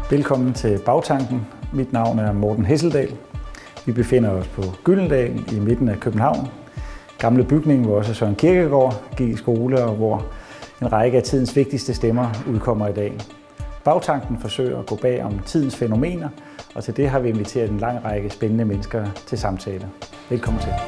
Velkommen til Bagtanken. Mit navn er Morten Hesseldal. Vi befinder os på Gyldendal i midten af København. Gamle bygning, hvor også Søren Kierkegaard gik i skole, og hvor en række af tidens vigtigste stemmer udkommer i dag. Bagtanken forsøger at gå bag om tidens fænomener, og til det har vi inviteret en lang række spændende mennesker til samtale. Velkommen til.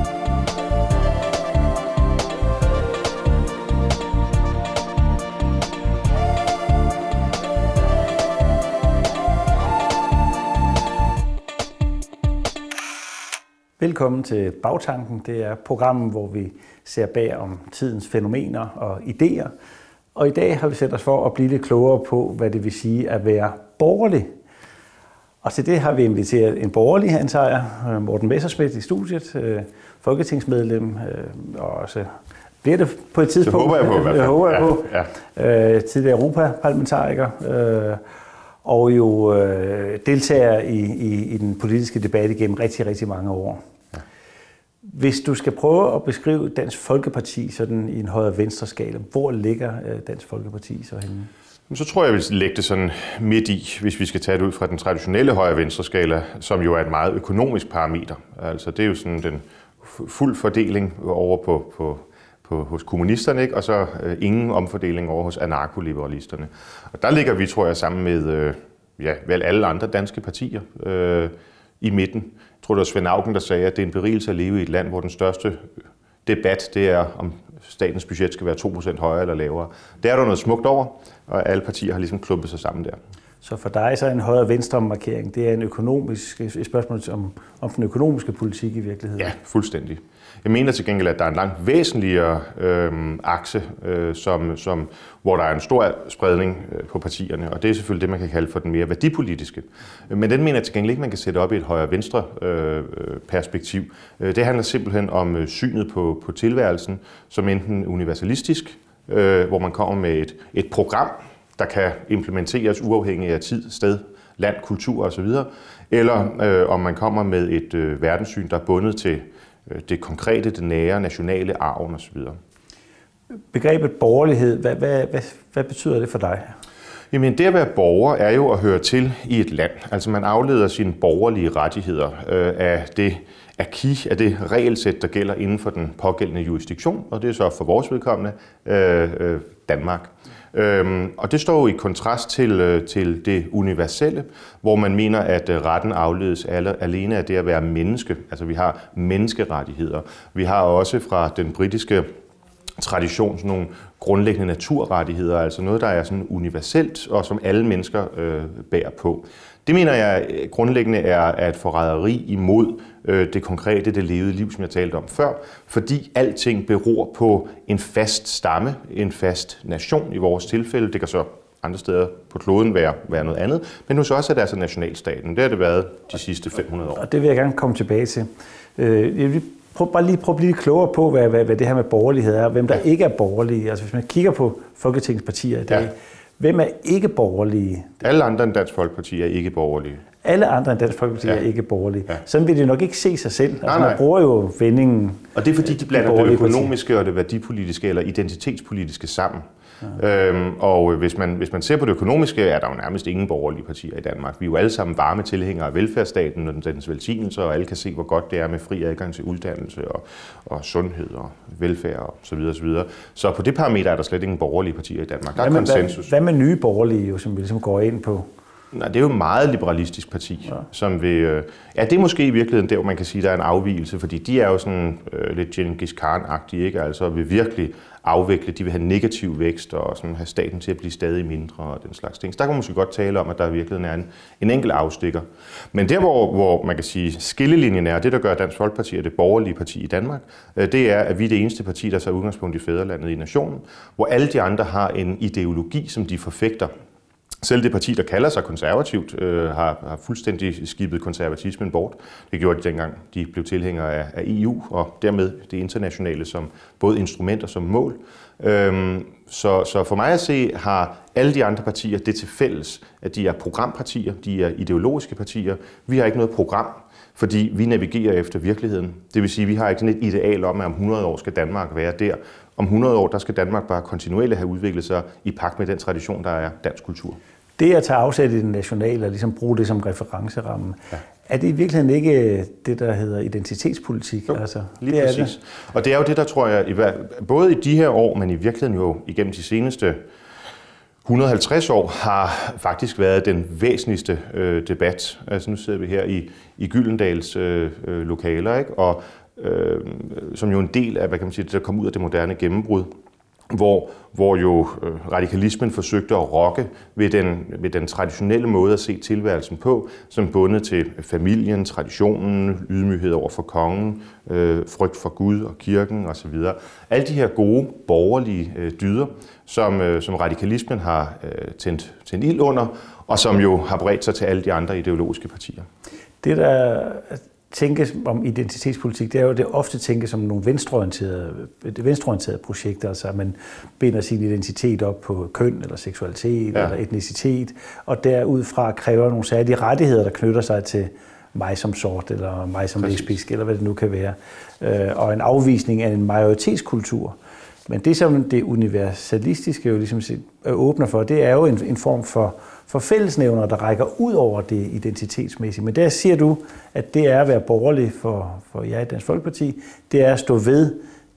Velkommen til Bagtanken. Det er programmet, hvor vi ser bag om tidens fænomener og idéer. Og i dag har vi sat os for at blive lidt klogere på, hvad det vil sige at være borgerlig. Og til det har vi inviteret en borgerlig, antager jeg, Morten Messerschmidt i studiet, folketingsmedlem, og også bliver det på et tidspunkt. Det håber jeg på. Ja. Tidligere europaparlamentariker. Og jo deltager i den politiske debat igennem rigtig, rigtig mange år. Ja. Hvis du skal prøve at beskrive Dansk Folkeparti sådan i en højre-venstre skala, hvor ligger Dansk Folkeparti så henne? Så tror jeg, jeg vil lægge det sådan midt i, hvis vi skal tage det ud fra den traditionelle højre-venstre skala, som jo er et meget økonomisk parameter. Altså det er jo sådan den fuld fordeling over hos kommunisterne, ikke? Og så ingen omfordeling over hos anarkoliberalisterne. Og der ligger vi, tror jeg, sammen med vel alle andre danske partier i midten. Jeg tror, det var Svend Auken, der sagde, at det er en berigelse at leve i et land, hvor den største debat, det er, om statens budget skal være 2% højere eller lavere. Der er der noget smukt over, og alle partier har ligesom klumpet sig sammen der. Så for dig så er en højre-venstre markering, det er et spørgsmål om den økonomiske politik i virkeligheden? Ja, fuldstændig. Jeg mener til gengæld, at der er en langt væsentligere akse, hvor der er en stor spredning på partierne, og det er selvfølgelig det, man kan kalde for den mere værdipolitiske. Men den mener jeg til gengæld ikke, man kan sætte op i et højre-venstre perspektiv. Det handler simpelthen om synet på tilværelsen som enten universalistisk, hvor man kommer med et program, der kan implementeres uafhængigt af tid, sted, land, kultur osv., eller om man kommer med et verdenssyn, der er bundet til det konkrete, det nære, nationale, arven osv. Begrebet borgerlighed, hvad betyder det for dig? Jamen det at være borger er jo at høre til i et land. Altså man afleder sine borgerlige rettigheder af det acquis, af det regelsæt, der gælder inden for den pågældende jurisdiktion, og det er så for vores vedkommende Danmark. Og det står jo i kontrast til det universelle, hvor man mener, at retten afledes alene af det at være menneske. Altså vi har menneskerettigheder. Vi har også fra den britiske tradition sådan nogle grundlæggende naturrettigheder, altså noget, der er sådan universelt og som alle mennesker bærer på. Det mener jeg grundlæggende er et forræderi imod det konkrete, det levede liv, som jeg talte om før, fordi alting beror på en fast stamme, en fast nation i vores tilfælde. Det kan så andre steder på kloden være noget andet, men hos os er det altså nationalstaten. Det har det været de sidste 500 år. Og det vil jeg gerne komme tilbage til. Jeg vil prøve at blive klogere på, hvad det her med borgerlighed er, og hvem der ikke er borgerlige. Altså hvis man kigger på Folketingets partier i dag, hvem er ikke borgerlige? Alle andre end Dansk Folkeparti er ikke borgerlige. Alle andre end Dansk Folkeparti er ikke borgerlige. Ja. Sådan vil de nok ikke se sig selv. Altså man bruger jo vendingen. Og det er fordi, de blander det økonomiske og det værdipolitiske eller identitetspolitiske sammen. Ja. Og hvis man ser på det økonomiske, er der jo nærmest ingen borgerlige partier i Danmark. Vi er jo alle sammen varme tilhængere af velfærdsstaten og dens velsignelser, og alle kan se, hvor godt det er med fri adgang til uddannelse og sundhed og velfærd og så videre, så videre. Så på det parameter er der slet ingen borgerlige partier i Danmark. Der er konsensus. Hvad med nye borgerlige, som vi ligesom går ind på? Nej, det er jo et meget liberalistisk parti, som vil... det er måske i virkeligheden der, hvor man kan sige, der er en afvigelse, fordi de er jo sådan lidt Genghis Khan-agtige, ikke? Altså vil virkelig afvikle, de vil have negativ vækst og sådan have staten til at blive stadig mindre og den slags ting. Så der kan man måske godt tale om, at der i virkeligheden er en enkelt afstikker. Men der, hvor man kan sige, skillelinjen er, det der gør Dansk Folkeparti er det borgerlige parti i Danmark, det er, at vi er det eneste parti, der tager udgangspunkt i fædrelandet i nationen, hvor alle de andre har en ideologi, som de forfægter. Selv det parti, der kalder sig konservativt, har fuldstændig skibet konservatismen bort. Det gjorde de dengang, de blev tilhængere af EU, og dermed det internationale som både instrument og som mål. Så for mig at se, har alle de andre partier det til fælles, at de er programpartier, de er ideologiske partier. Vi har ikke noget program, fordi vi navigerer efter virkeligheden. Det vil sige, at vi har ikke sådan et ideal om, at om 100 år skal Danmark være der. Om 100 år, der skal Danmark bare kontinuerligt have udviklet sig i pagt med den tradition, der er dansk kultur. Det at tage afsæt i det nationale og ligesom bruge det som referenceramme, er det i virkeligheden ikke det, der hedder identitetspolitik? Jo, altså, lige præcis. Det. Og det er jo det, der tror jeg, både i de her år, men i virkeligheden jo igennem de seneste 150 år, har faktisk været den væsentligste debat. Altså nu sidder vi her i Gyldendals lokaler, ikke? Og som jo en del af, hvad kan man sige, det der kom ud af det moderne gennembrud, hvor jo radikalismen forsøgte at rokke ved den traditionelle måde at se tilværelsen på, som bundet til familien, traditionen, ydmyghed over for kongen, frygt for Gud og kirken osv. Alle de her gode borgerlige dyder, som radikalismen har tændt ild under, og som jo har bredt sig til alle de andre ideologiske partier. Det, der tænkes om identitetspolitik, det er jo, det ofte tænkes som nogle venstreorienterede projekter, altså at man binder sin identitet op på køn eller seksualitet eller etnicitet, og derudfra kræver nogle særlige rettigheder, der knytter sig til mig som sort, eller mig som lesbisk, eller hvad det nu kan være, og en afvisning af en majoritetskultur. Men det, som det universalistiske jo ligesom åbner for, det er jo en form for fællesnævner, der rækker ud over det identitetsmæssige. Men der siger du, at det er at være borgerlig for jer i Dansk Folkeparti, det er at stå ved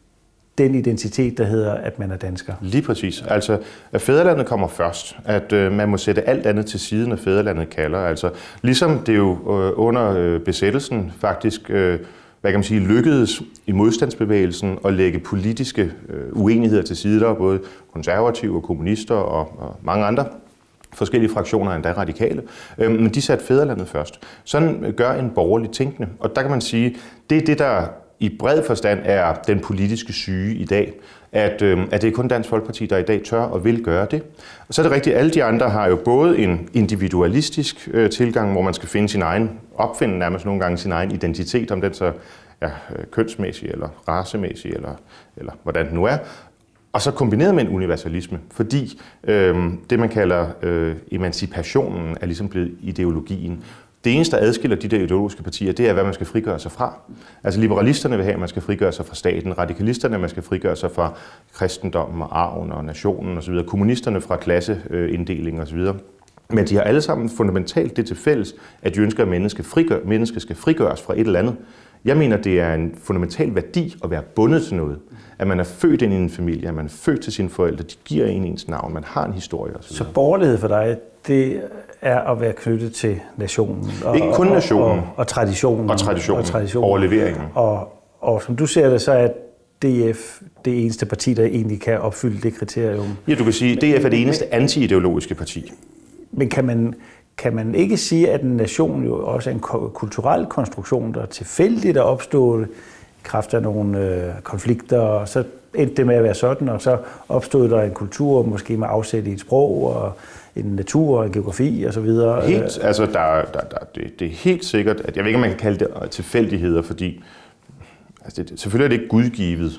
den identitet, der hedder, at man er dansker. Lige præcis. Altså, at fædrelandet kommer først. At man må sætte alt andet til side, når fædrelandet kalder. Altså, ligesom det jo under besættelsen faktisk hvad kan man sige, lykkedes i modstandsbevægelsen at lægge politiske uenigheder til side, der både konservative og kommunister og mange andre forskellige fraktioner, endda radikale, men de satte fædrelandet først. Sådan gør en borgerlig tænkende, og der kan man sige, det er det, der i bred forstand er den politiske syge i dag, at det er kun Dansk Folkeparti, der i dag tør og vil gøre det. Og så er det rigtigt, at alle de andre har jo både en individualistisk tilgang, hvor man skal opfinde nærmest nogle gange sin egen identitet, om den så er kønsmæssig eller racemæssig eller hvordan det nu er, og så kombineret med en universalisme, fordi det, man kalder emancipationen, er ligesom blevet ideologien. Det eneste, der adskiller de der ideologiske partier, det er, hvad man skal frigøre sig fra. Altså liberalisterne vil have, at man skal frigøre sig fra staten, radikalisterne, at man skal frigøre sig fra kristendommen og arven og nationen osv., kommunisterne fra klasseinddeling osv. Men de har alle sammen fundamentalt det til fælles, at de ønsker, at mennesker skal frigøres fra et eller andet. Jeg mener, det er en fundamental værdi at være bundet til noget. At man er født ind i en familie, at man er født til sine forældre, de giver en ens navn, man har en historie osv. Så borgerlighed for dig, det er at være knyttet til nationen. Ikke kun nationen. Og traditionen. Og traditionen. Overleveringen. Og som du ser det, så er DF det eneste parti, der egentlig kan opfylde det kriterium. Ja, du kan sige, at DF er det eneste anti-ideologiske parti. Men kan man ikke sige, at en nation jo også er en kulturel konstruktion, der tilfældigt er opstået i kraft af nogle konflikter, og så endte det med at være sådan, og så opstod der en kultur, måske med afsæt i et sprog, og en natur, og en geografi osv. Helt, altså det er helt sikkert, at jeg ved ikke, om man kan kalde det tilfældigheder, fordi altså selvfølgelig er det ikke gudgivet,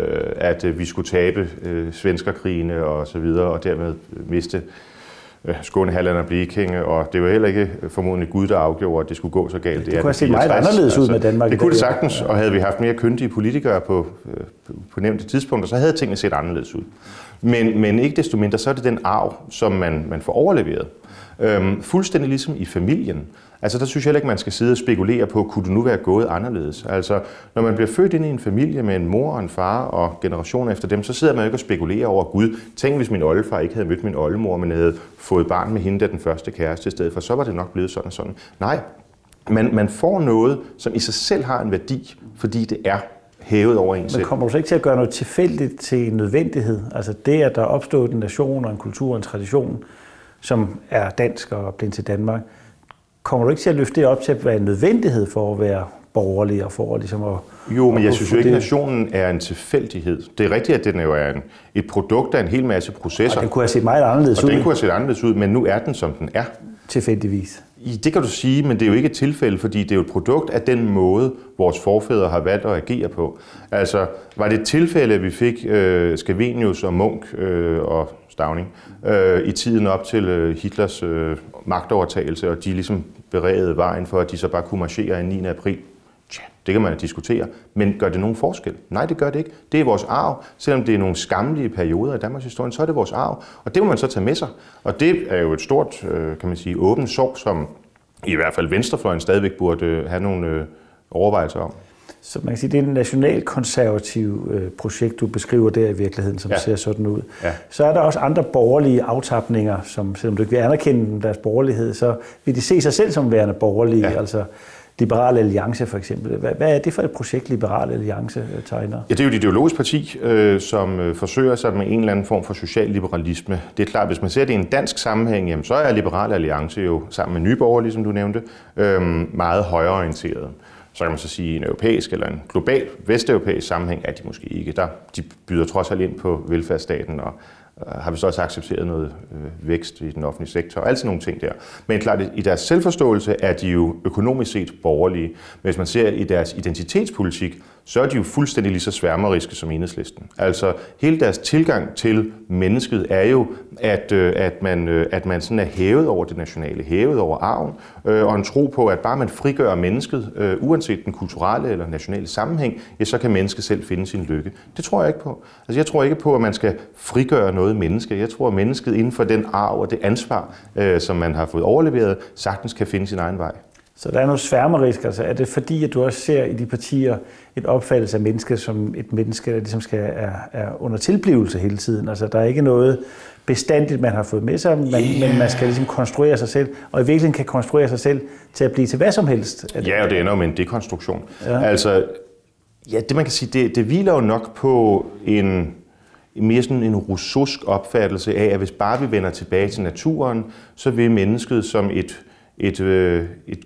at vi skulle tabe svenskerkrigene og så videre, og dermed miste Skåne, Halland og Blekinge, og det var heller ikke formodentlig Gud, der afgjorde, at det skulle gå så galt. Det kunne have set meget anderledes ud med Danmark. Det kunne det sagtens, og havde vi haft mere kyndige politikere på nævnte tidspunkter, så havde tingene set anderledes ud. Men ikke desto mindre, så er det den arv, som man får overleveret. Fuldstændig ligesom i familien. Altså der synes jeg heller ikke, man skal sidde og spekulere på, kunne det nu være gået anderledes? Altså når man bliver født ind i en familie med en mor og en far og generationer efter dem, så sidder man jo ikke og spekulerer over, Gud, tænk hvis min oldefar ikke havde mødt min oldemor, men havde fået barn med hende, der den første kæreste i stedet for, så var det nok blevet sådan og sådan. Nej, man får noget, som i sig selv har en værdi, fordi det er hævet over en selv. Men kommer du så ikke til at gøre noget tilfældigt til en nødvendighed? Altså det, at der er opstået en nation og en kultur og en tradition, som er dansk og blevet til Danmark, kommer du ikke til at løfte det op til at være en nødvendighed for at være borgerlig og for ligesom at... Jo, men jeg synes jo ikke, at nationen er en tilfældighed. Det er rigtigt, at den jo er et produkt af en hel masse processer. Og den kunne have set meget anderledes ud. Og den kunne have set anderledes ud, men nu er den, som den er. Tilfældigvis. Det kan du sige, men det er jo ikke et tilfælde, fordi det er jo et produkt af den måde, vores forfædre har valgt at agere på. Altså, var det et tilfælde, at vi fik Scavenius og Munch og Stauning i tiden op til Hitlers magtovertagelse, og de ligesom beredede vejen for, at de så bare kunne marchere 9. april Tja, det kan man diskutere, men gør det nogen forskel? Nej, det gør det ikke. Det er vores arv. Selvom det er nogle skammelige perioder i Danmarks historie, så er det vores arv. Og det må man så tage med sig. Og det er jo et stort, kan man sige, åbent sår, som i hvert fald venstrefløjen stadigvæk burde have nogle overvejelser om. Så man kan sige, det er en nationalkonservativ projekt, du beskriver der i virkeligheden, som ser sådan ud. Ja. Så er der også andre borgerlige aftapninger, som selvom du ikke vil anerkende deres borgerlighed, så vil de se sig selv som værende borgerlige, altså Liberal Alliance for eksempel. Hvad er det for et projekt, Liberal Alliance tegner? Ja, det er jo et ideologisk parti, som forsøger sig med en eller anden form for social liberalisme. Det er klart, hvis man ser det i en dansk sammenhæng, jamen, så er Liberal Alliance jo sammen med Nye Borgerlige, som du nævnte, meget højreorienteret. Så kan man så sige, en europæisk eller en global vesteuropæisk sammenhæng er de måske ikke. De byder trods alt ind på velfærdsstaten og har vist også accepteret noget vækst i den offentlige sektor og alle sådan nogle ting der. Men klart, i deres selvforståelse er de jo økonomisk set borgerlige. Men hvis man ser i deres identitetspolitik, så er de jo fuldstændig lige så sværmeriske som Enhedslisten. Altså hele deres tilgang til mennesket er jo, at man sådan er hævet over det nationale, hævet over arven, og en tro på, at bare man frigør mennesket, uanset den kulturelle eller nationale sammenhæng, ja, så kan mennesket selv finde sin lykke. Det tror jeg ikke på. Altså jeg tror ikke på, at man skal frigøre noget menneske. Jeg tror, at mennesket inden for den arv og det ansvar, som man har fået overleveret, sagtens kan finde sin egen vej. Så der er noget sværmerisk, altså er det fordi, at du også ser i de partier et opfattelse af mennesket som et menneske, der ligesom er under tilblivelse hele tiden? Altså der er ikke noget bestandigt, man har fået med sig, men man skal ligesom konstruere sig selv, og i virkeligheden kan konstruere sig selv til at blive til hvad som helst. Ja, og det ender jo med en dekonstruktion. Ja. Altså, ja, det man kan sige, det hviler jo nok på mere sådan en rousseausk opfattelse af, at hvis bare vi vender tilbage til naturen, så vil mennesket som et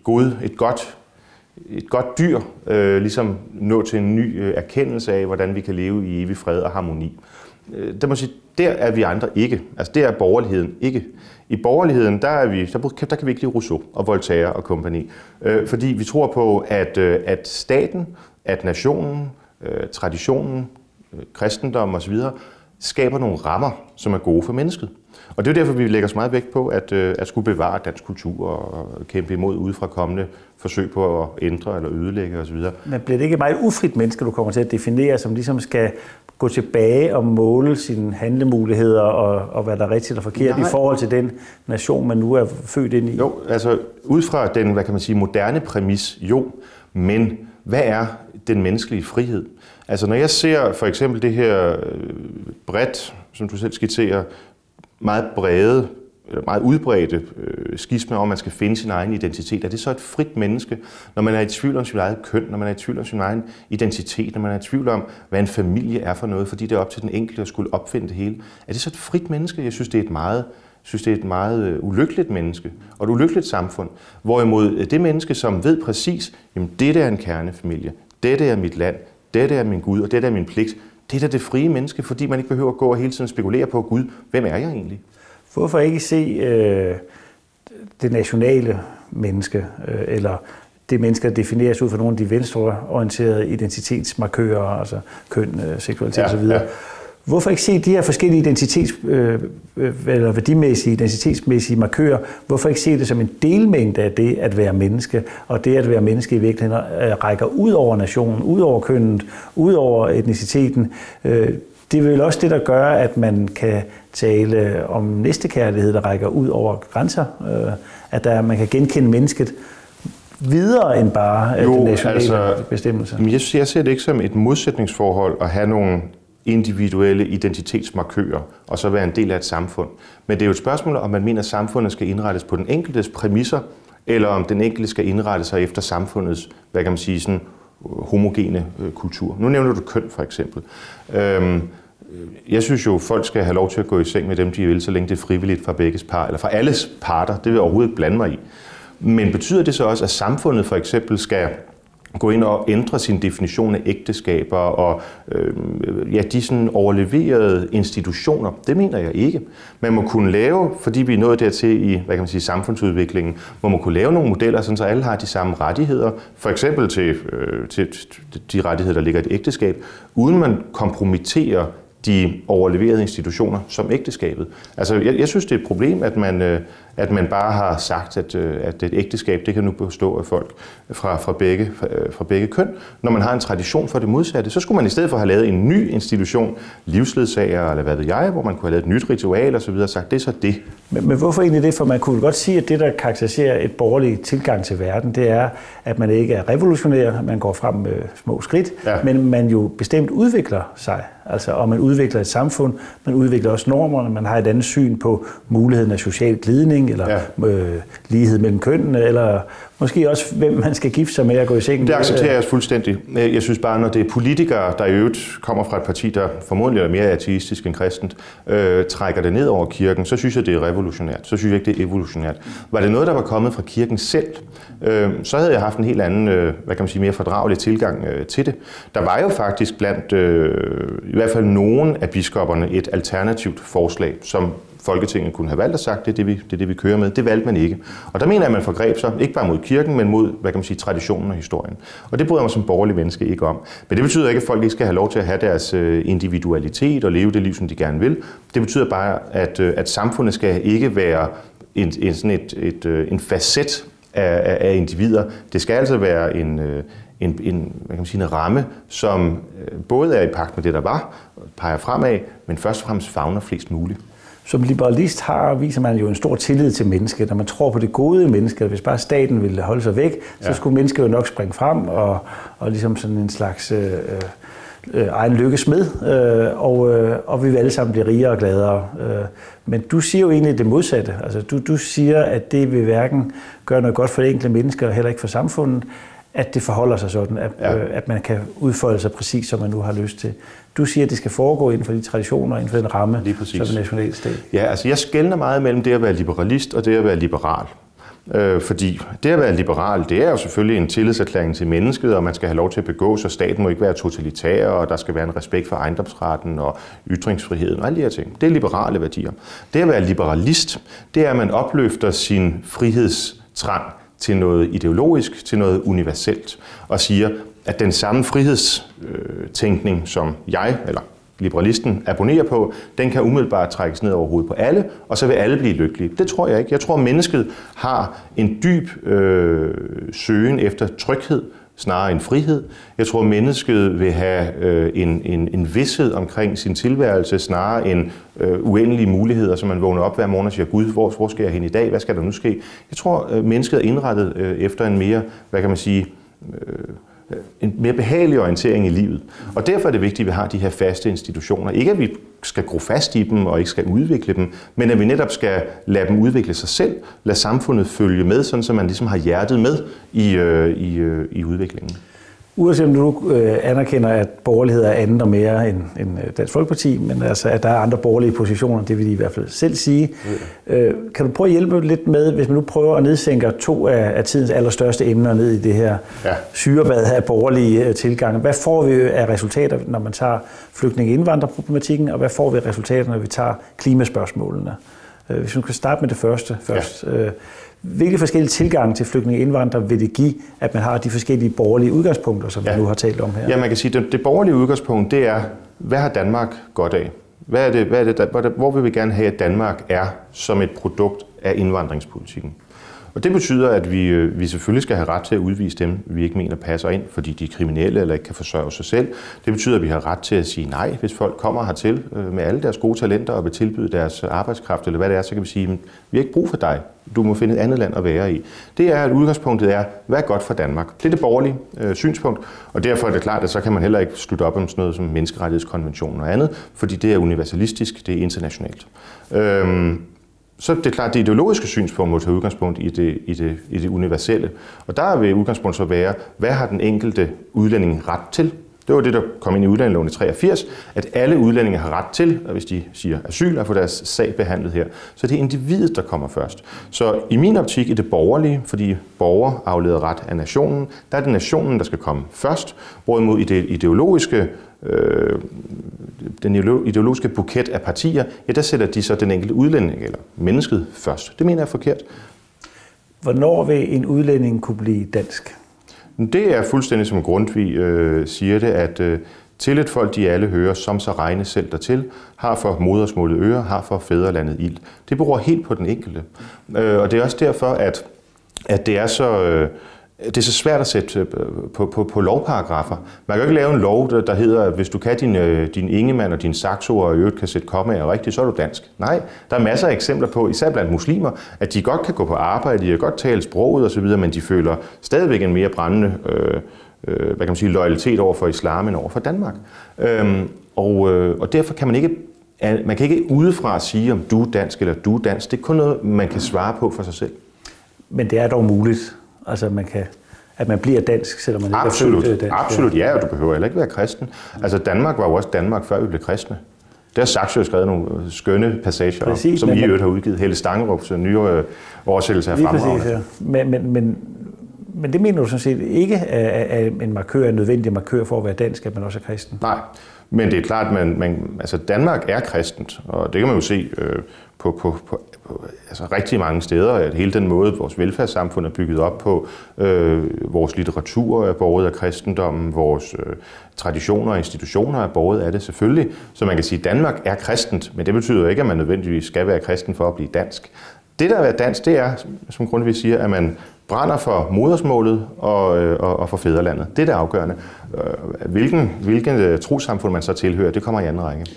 godt dyr ligesom nå til en ny erkendelse af, hvordan vi kan leve i evig fred og harmoni. Der må sige, der er vi andre ikke. Altså der er borgerligheden ikke. I borgerligheden, der kan vi ikke lide Rousseau og Voltaire og kompagni. Fordi vi tror på, at staten, at nationen, traditionen, kristendom osv. skaber nogle rammer, som er gode for mennesket. Og det er jo derfor, vi lægger så meget vægt på at skulle bevare dansk kultur og kæmpe imod udefra kommende forsøg på at ændre eller ødelægge osv. Men bliver det ikke et meget ufrit menneske, du kommer til at definere, som ligesom skal gå tilbage og måle sine handlemuligheder og hvad der er rigtigt og forkert i forhold til den nation, man nu er født ind i? Jo, altså ud fra den, hvad kan man sige, moderne præmis, jo, men hvad er den menneskelige frihed? Altså når jeg ser for eksempel det her bredt, som du selv skitserer, meget brede, eller meget udbredte skisme om, at man skal finde sin egen identitet. Er det så et frit menneske, når man er i tvivl om sit eget køn, når man er i tvivl om sin egen identitet, når man er i tvivl om, hvad en familie er for noget, fordi det er op til den enkelte at skulle opfinde det hele? Er det så et frit menneske? Jeg synes, det er et meget ulykkeligt menneske og et ulykkeligt samfund. Hvorimod det menneske, som ved præcis, jamen dette er en kernefamilie, dette er mit land, dette er min Gud, og dette er min pligt, det er da det frie menneske, fordi man ikke behøver at gå og hele tiden spekulere på, Gud, hvem er jeg egentlig? Hvorfor ikke se det nationale menneske, eller det menneske, der defineres ud fra nogle af de venstreorienterede identitetsmarkører, altså køn, seksualitet osv., hvorfor ikke se de her forskellige eller værdimæssige, identitetsmæssige markører, hvorfor ikke se det som en delmængde af det at være menneske, og det at være menneske i virkeligheden rækker ud over nationen, ud over kønnet, ud over etniciteten. Det er vel også det, der gør, at man kan tale om næstekærlighed, der rækker ud over grænser, at man kan genkende mennesket videre end bare den nationale bestemmelse. Jeg ser det ikke som et modsætningsforhold at have nogle individuelle identitetsmarkører og så være en del af et samfund. Men det er jo et spørgsmål, om man mener, at samfundet skal indrettes på den enkeltes præmisser, eller om den enkelte skal indrette sig efter samfundets, hvad kan man sige, sådan homogene kultur. Nu nævner du køn for eksempel. Jeg synes jo, at folk skal have lov til at gå i seng med dem, de vil, så længe det er frivilligt fra begges par, eller fra alles parter. Det vil jeg overhovedet ikke blande mig i. Men betyder det så også, at samfundet for eksempel skal gå ind og ændre sin definition af ægteskaber og de sådan overleverede institutioner? Det mener jeg ikke. Man må kunne lave, fordi vi er nået dertil i, hvad kan man sige, samfundsudviklingen, hvor man kunne lave nogle modeller, sådan så alle har de samme rettigheder, for eksempel til de rettigheder, der ligger i et ægteskab, uden man kompromitterer de overleverede institutioner som ægteskabet. Altså, jeg synes, det er et problem, at man bare har sagt, at et ægteskab, det kan nu bestå af folk fra begge køn. Når man har en tradition for det modsatte, så skulle man i stedet for have lavet en ny institution, livsledsager eller hvad ved jeg, hvor man kunne have lavet et nyt ritual osv. og sagt, det er så det. Men hvorfor egentlig det? For man kunne godt sige, at det, der karakteriserer et borgerligt tilgang til verden, det er, at man ikke er revolutionær, man går frem med små skridt, men man jo bestemt udvikler sig. Altså, og man udvikler et samfund, man udvikler også normerne, man har et andet syn på muligheden af social glidning, eller lighed mellem kønnene, eller måske også, hvem man skal gifte sig med at gå i seng. Det accepterer jeg fuldstændig. Jeg synes bare, når det er politikere, der i øvrigt kommer fra et parti, der formodentlig er mere ateistisk end kristent, trækker det ned over kirken, så synes jeg, det er revolutionært. Så synes jeg ikke, det er evolutionært. Var det noget, der var kommet fra kirken selv, så havde jeg haft en helt anden, hvad kan man sige, mere fordragelig tilgang til det. Der var jo faktisk blandt i hvert fald nogen af biskopperne et alternativt forslag, som Folketinget kunne have valgt og sagt, det er det, vi kører med. Det valgte man ikke. Og der mener jeg, at man forgreb sig, ikke bare mod kirken, men mod, hvad kan man sige, traditionen og historien. Og det bryder jeg mig som borgerlig menneske ikke om. Men det betyder ikke, at folk ikke skal have lov til at have deres individualitet og leve det liv, som de gerne vil. Det betyder bare, at samfundet skal ikke være en facet af individer. Det skal altså være en hvad kan man sige, en ramme, som både er i pagt med det, der var, peger fremad, men først og fremmest favner flest muligt. Som liberalist viser man jo en stor tillid til mennesket, når man tror på det gode i mennesket. Hvis bare staten ville holde sig væk, så skulle mennesket jo nok springe frem og ligesom sådan en slags egen lykkesmed, og vi vil alle sammen blive rigere og gladere. Men du siger jo egentlig det modsatte. Altså, du siger, at det vil hverken gøre noget godt for det enkelte menneske, og heller ikke for samfundet, at det forholder sig sådan, at man kan udfolde sig præcis, som man nu har lyst til. Du siger, at det skal foregå inden for de traditioner, inden for den ramme, som en nationalstat. Ja, altså jeg skelner meget mellem det at være liberalist og det at være liberal. Fordi det at være liberal, det er jo selvfølgelig en tillidserklæring til mennesket, og man skal have lov til at begå sig. Staten må ikke være totalitær, og der skal være en respekt for ejendomsretten og ytringsfriheden og alle de her ting. Det er liberale værdier. Det at være liberalist, det er, at man opløfter sin frihedstrang til noget ideologisk, til noget universelt, og siger, at den samme frihedstænkning, som jeg, eller liberalisten, abonnerer på, den kan umiddelbart trækkes ned over hovedet på alle, og så vil alle blive lykkelige. Det tror jeg ikke. Jeg tror, at mennesket har en dyb søgen efter tryghed, snarere en frihed. Jeg tror, at mennesket vil have en vished omkring sin tilværelse, snarere end uendelige muligheder, som man vågner op hver morgen og siger, Gud, hvor skal jeg hen i dag? Hvad skal der nu ske? Jeg tror, at mennesket er indrettet efter en mere, hvad kan man sige, en mere behagelig orientering i livet. Og derfor er det vigtigt, at vi har de her faste institutioner. Ikke at vi skal gro fast i dem og ikke skal udvikle dem, men at vi netop skal lade dem udvikle sig selv, lade samfundet følge med, sådan så man ligesom har hjertet med i udviklingen. Uanset om du anerkender, at borgerlighed er andet og mere end Dansk Folkeparti, men altså, at der er andre borgerlige positioner, det vil de i hvert fald selv sige. Kan du prøve at hjælpe lidt med, hvis man nu prøver at nedsænke to af tidens allerstørste emner ned i det her syrebad af borgerlige tilgange? Hvad får vi af resultater, når man tager flygtninge-indvandrerproblematikken, og hvad får vi af resultater, når vi tager klimaspørgsmålene? Hvis vi kan starte med det første først. Hvilke forskellige tilgange til flygtninge og indvandrere vil det give, at man har de forskellige borgerlige udgangspunkter, som vi nu har talt om her? Ja, man kan sige, at det borgerlige udgangspunkt, det er, hvad har Danmark godt af? Hvor vil vi gerne have, at Danmark er som et produkt af indvandringspolitikken? Og det betyder, at vi selvfølgelig skal have ret til at udvise dem, vi ikke mener passer ind, fordi de er kriminelle eller ikke kan forsørge sig selv. Det betyder, at vi har ret til at sige nej, hvis folk kommer hertil med alle deres gode talenter og vil tilbyde deres arbejdskraft, eller hvad det er, så kan vi sige, vi har ikke brug for dig. Du må finde et andet land at være i. Det er, at udgangspunktet er, hvad er godt for Danmark? Det er det borgerlige synspunkt, og derfor er det klart, at så kan man heller ikke slutte op om sådan noget som menneskerettighedskonventionen og andet, fordi det er universalistisk, det er internationalt. Så det er klart, det ideologiske synspunkt må tage udgangspunkt i det universelle. Og der vil udgangspunkt så være, hvad har den enkelte udlænding ret til? Det var det, der kom ind i udlændingeloven i 83, at alle udlændinge har ret til, og hvis de siger asyl, at få deres sag behandlet her. Så det er individet, der kommer først. Så i min optik er det borgerlige, fordi borger afleder ret af nationen, der er det nationen, der skal komme først, hvorimod i det ideologiske den ideologiske buket af partier, ja, der sætter de så den enkelte udlænding eller mennesket først. Det mener jeg er forkert. Hvornår vil en udlænding kunne blive dansk? Det er fuldstændig som Grundtvig siger det, at Til et folk, de alle hører, som så regne selv dertil, har for modersmålet øre, har for fædrelandet ild. Det beror helt på den enkelte. Og det er også derfor, at det er så svært at sætte på lovparagrafer. Man kan jo ikke lave en lov, der hedder, at hvis du kan din Ingemann og din Saxo og i øvrigt kan sætte kommaer rigtigt, så er du dansk. Nej, der er masser af eksempler på, især blandt muslimer, at de godt kan gå på arbejde, de kan godt tale sproget osv., men de føler stadigvæk en mere brændende loyalitet over for islam end over for Danmark. Og derfor kan man kan ikke udefra sige, om du er dansk eller du er dansk. Det er kun noget, man kan svare på for sig selv. Men det er dog muligt, altså at man bliver dansk, selvom man ikke er født dansk. Absolut, ja, og du behøver heller ikke være kristen. Altså Danmark var jo også Danmark, før vi blev kristne. Det har Saxo skrevet nogle skønne passager om, som I øvrigt har udgivet. Helle Stangerups nye oversættelse af fremragende. Men det mener du sådan set ikke, at en markør er en nødvendig markør for at være dansk, at man også er kristen? Nej, men det er klart, at Danmark er kristent, og det kan man jo se på rigtig mange steder, at hele den måde, vores velfærdssamfund er bygget op på, vores litteratur er båret af kristendommen, vores traditioner og institutioner er båret af det selvfølgelig. Så man kan sige, at Danmark er kristent, men det betyder jo ikke, at man nødvendigvis skal være kristen for at blive dansk. Det, der er dansk, det er, som Grundtvig siger, at man brænder for modersmålet og for fædrelandet. Det er det afgørende. Hvilken trossamfund man så tilhører, det kommer i anden række.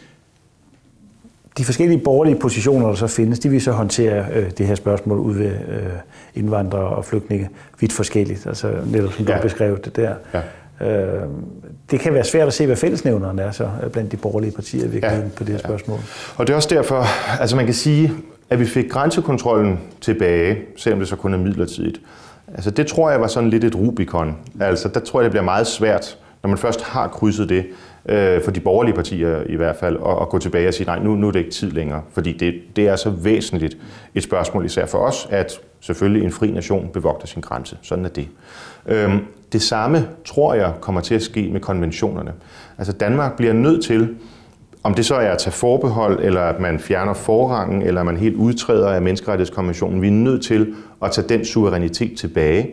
De forskellige borgerlige positioner, der så findes, de vil så håndtere det her spørgsmål ud ved indvandrere og flygtninge vidt forskelligt. Altså netop som du har beskrevet det der. Ja. Det kan være svært at se, hvad fællesnævneren er så blandt de borgerlige partier på det her spørgsmål. Og det er også derfor, altså man kan sige, at vi fik grænsekontrollen tilbage, selvom det så kun er midlertidigt. Altså det tror jeg var sådan lidt et Rubicon. Altså der tror jeg, det bliver meget svært, når man først har krydset det, for de borgerlige partier i hvert fald, at gå tilbage og sige, nej, nu er det ikke tid længere. Fordi det er så væsentligt et spørgsmål, især for os, at selvfølgelig en fri nation bevogter sin grænse. Sådan er det. Det samme tror jeg kommer til at ske med konventionerne. Altså Danmark bliver nødt til, om det så er at tage forbehold, eller at man fjerner forrangen, eller man helt udtræder af menneskerettighedskonventionen, vi er nødt til at tage den suverænitet tilbage,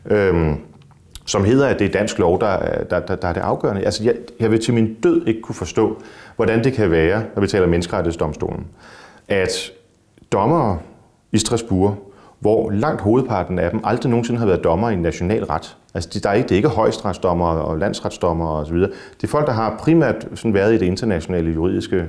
som hedder, at det er dansk lov, der er det afgørende. Altså jeg vil til min død ikke kunne forstå, hvordan det kan være, når vi taler menneskerettighedsdomstolen, at dommere i Strasbourg, hvor langt hovedparten af dem aldrig nogensinde har været dommer i en national ret. Altså det er ikke højesteretsdommer og landsretsdommer osv. Det er folk, der har primært sådan været i det internationale juridiske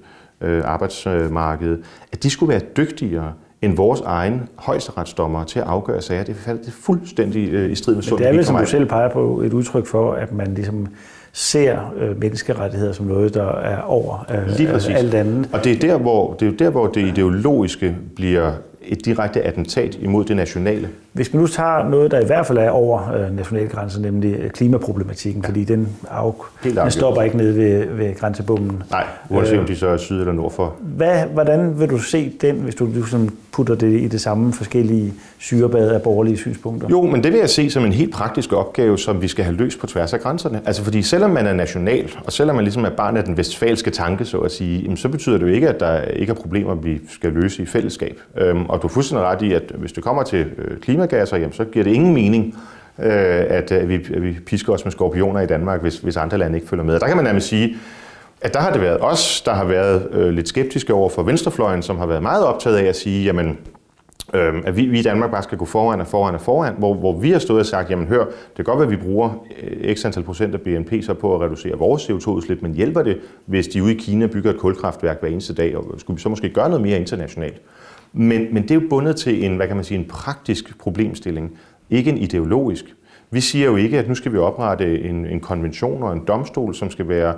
arbejdsmarked, at de skulle være dygtigere end vores egen højesteretsdommer til at afgøre sager. Det er fuldstændig i strid med sund. Men det er vel, som du selv peger på, et udtryk for, at man ligesom ser menneskerettigheder som noget, der er over alt andet. Og det er der, hvor det ideologiske bliver et direkte attentat imod det nationale. Hvis man nu tager noget, der i hvert fald er over nationalgrænser, nemlig klimaproblematikken, fordi den stopper ikke nede ved grænsebommen. Nej, uanset om de så er syd eller nord for. Hvordan vil du se den, hvis du putter det i det samme forskellige syrebad af borgerlige synspunkter? Jo, men det vil jeg se som en helt praktisk opgave, som vi skal have løst på tværs af grænserne. Altså fordi selvom man er national, og selvom man ligesom er barn af den vestfalske tanke, så at sige, så betyder det jo ikke, at der ikke er problemer, vi skal løse i fællesskab. Og du er fuldstændig ret i, at hvis det kommer til klimagasser, jamen, så giver det ingen mening, at vi pisker os med skorpioner i Danmark, hvis andre lande ikke følger med. Og der kan man nærmest sige, at der har det været os, der har været lidt skeptiske over for venstrefløjen, som har været meget optaget af at sige, jamen, at vi i Danmark bare skal gå foran, hvor vi har stået og sagt, jamen hør, det kan godt være, at vi bruger x antal procent af BNP så på at reducere vores CO2-udslip, men hjælper det, hvis de ude i Kina bygger et kulkraftværk hver eneste dag, og skulle vi så måske gøre noget mere internationalt? Men det er jo bundet til en praktisk problemstilling, ikke en ideologisk. Vi siger jo ikke, at nu skal vi oprette en konvention og en domstol, som skal være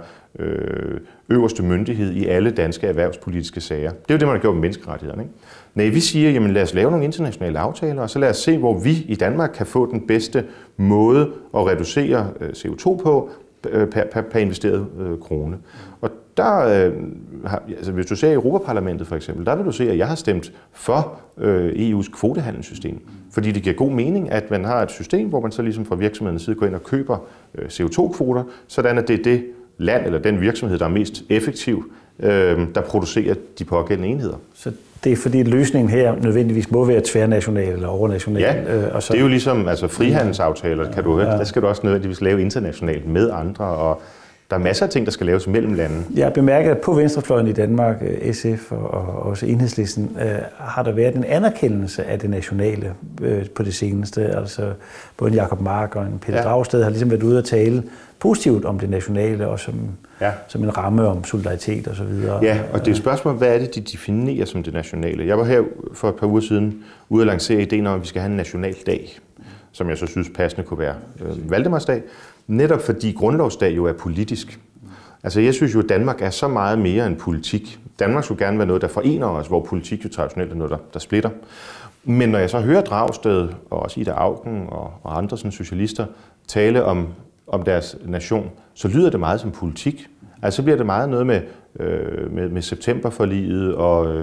øverste myndighed i alle danske erhvervspolitiske sager. Det er jo det, man har gjort med menneskerettighederne, ikke? Nej, vi siger, jamen lad os lave nogle internationale aftaler, og så lad os se, hvor vi i Danmark kan få den bedste måde at reducere CO2 på per investeret krone. Og der, hvis du ser i Europaparlamentet for eksempel, der vil du se, at jeg har stemt for EU's kvotehandelssystem. Fordi det giver god mening, at man har et system, hvor man så ligesom fra virksomhedens side går ind og køber CO2-kvoter, sådan at det er det land eller den virksomhed, der er mest effektiv, der producerer de pågældende enheder. Så det er fordi løsningen her nødvendigvis må være tværnational eller overnational. Ja, og så, det er jo ligesom frihandelsaftaler, der skal du også nødvendigvis lave internationalt med andre, og Der er masser af ting, der skal laves mellem lande. Jeg bemærker, at på venstrefløjen i Danmark, SF og også Enhedslisten, har der været en anerkendelse af det nationale på det seneste. Altså både en Jacob Mark og en Pelle Dragsted har ligesom været ude at tale positivt om det nationale og som en ramme om solidaritet og så videre. Ja, og det er et spørgsmål, hvad er det, de definerer som det nationale? Jeg var her for et par uger siden ude at lancere ideen om, at vi skal have en nationaldag, som jeg så synes passende kunne være Valdemarsdag. Netop fordi grundlovsdag jo er politisk. Altså jeg synes jo, at Danmark er så meget mere end politik. Danmark skulle gerne være noget, der forener os, hvor politik jo traditionelt er noget, der splitter. Men når jeg så hører Dragsted og også Ida Auken og andre sådan socialister tale om deres nation, så lyder det meget som politik. Altså så bliver det meget noget med septemberforliget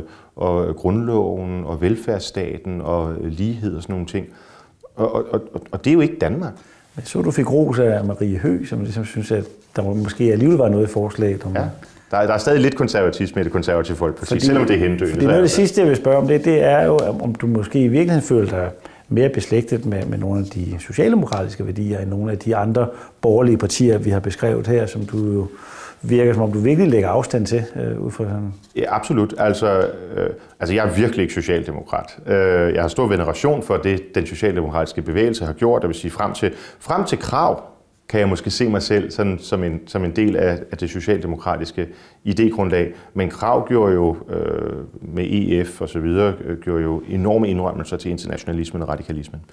og grundloven og velfærdsstaten og lighed og sådan nogle ting. Og det er jo ikke Danmark. Så du fik ros af Marie Høgh, som ligesom synes, at der måske alligevel var noget i forslaget. Ja, der er stadig lidt konservatisme i det konservative folkeparti, selvom det er hentydende. Fordi noget af det sidste, jeg vil spørge om det er jo, om du måske i virkeligheden føler dig mere beslægtet med nogle af de socialdemokratiske værdier end nogle af de andre borgerlige partier, vi har beskrevet her, som du jo virker, som om du virkelig lægger afstand til ud fra sådan. Ja, absolut. Altså jeg er virkelig ikke socialdemokrat. Jeg har stor veneration for det, den socialdemokratiske bevægelse har gjort. Det vil sige, frem til Krag kan jeg måske se mig selv sådan, som en del af det socialdemokratiske idégrundlag. Men Krag gjorde jo med EF og så videre, gjorde jo enorme indrømmelser til internationalismen og radikalismen.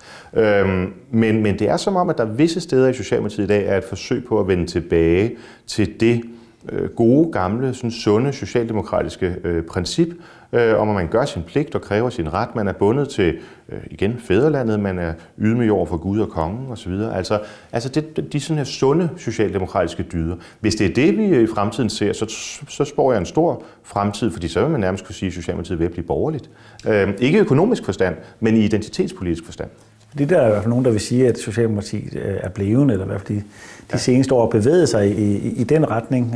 Men det er som om, at der visse steder i Socialdemokratiet i dag er et forsøg på at vende tilbage til det gode, gamle, sådan sunde socialdemokratiske princip om, at man gør sin pligt og kræver sin ret. Man er bundet til, igen, fædrelandet, man er ydmyg over for Gud og kongen osv. Altså de sådan her sunde socialdemokratiske dyder. Hvis det er det, vi i fremtiden ser, så spår jeg en stor fremtid, fordi så vil man nærmest kunne sige, at Socialdemokratiet vil blive borgerligt. Ikke i økonomisk forstand, men i identitetspolitisk forstand. Det der er i hvert fald nogen, der vil sige, at Socialdemokratiet er blevet, eller i hvert fald de seneste år bevæget sig i den retning.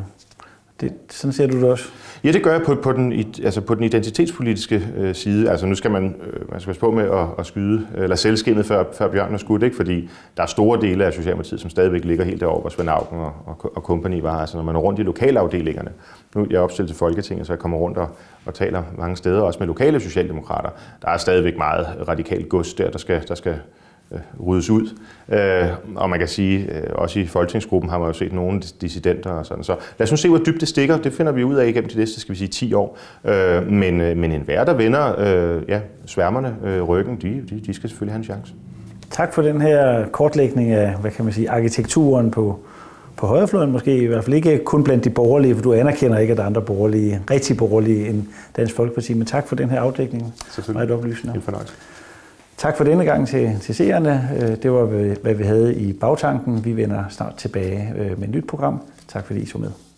Sådan ser du det også? Ja, det gør jeg på den identitetspolitiske side. Altså nu skal man skal passe på med at skyde, eller sælge skindet før bjørnen er skudt, ikke? Fordi der er store dele af Socialdemokratiet, som stadigvæk ligger helt derovre, hvor Svend Auken og kompagni var. Altså når man er rundt i lokalafdelingerne. Nu er jeg opstillet til Folketinget, så jeg kommer rundt og taler mange steder, også med lokale socialdemokrater. Der er stadigvæk meget radikalt gods der skal ryddes ud. Og man kan sige, også i folketingsgruppen har man jo set nogle dissidenter og sådan. Så lad os nu se, hvor dybt det stikker. Det finder vi ud af igennem de næste, skal vi sige, 10 år. Men enhver, der vender sværmerne ryggen, de skal selvfølgelig have en chance. Tak for den her kortlægning af, hvad kan man sige, arkitekturen på højrefløjen måske, i hvert fald ikke kun blandt de borgerlige, for du anerkender ikke, at der er andre borgerlige, rigtig borgerlige end Dansk Folkeparti, men tak for den her afdækning. Selvfølgelig. Meget oplysende. Helt fornøjelse. Tak for denne gang til seerne. Det var, hvad vi havde i bagtanken. Vi vender snart tilbage med et nyt program. Tak fordi I så med.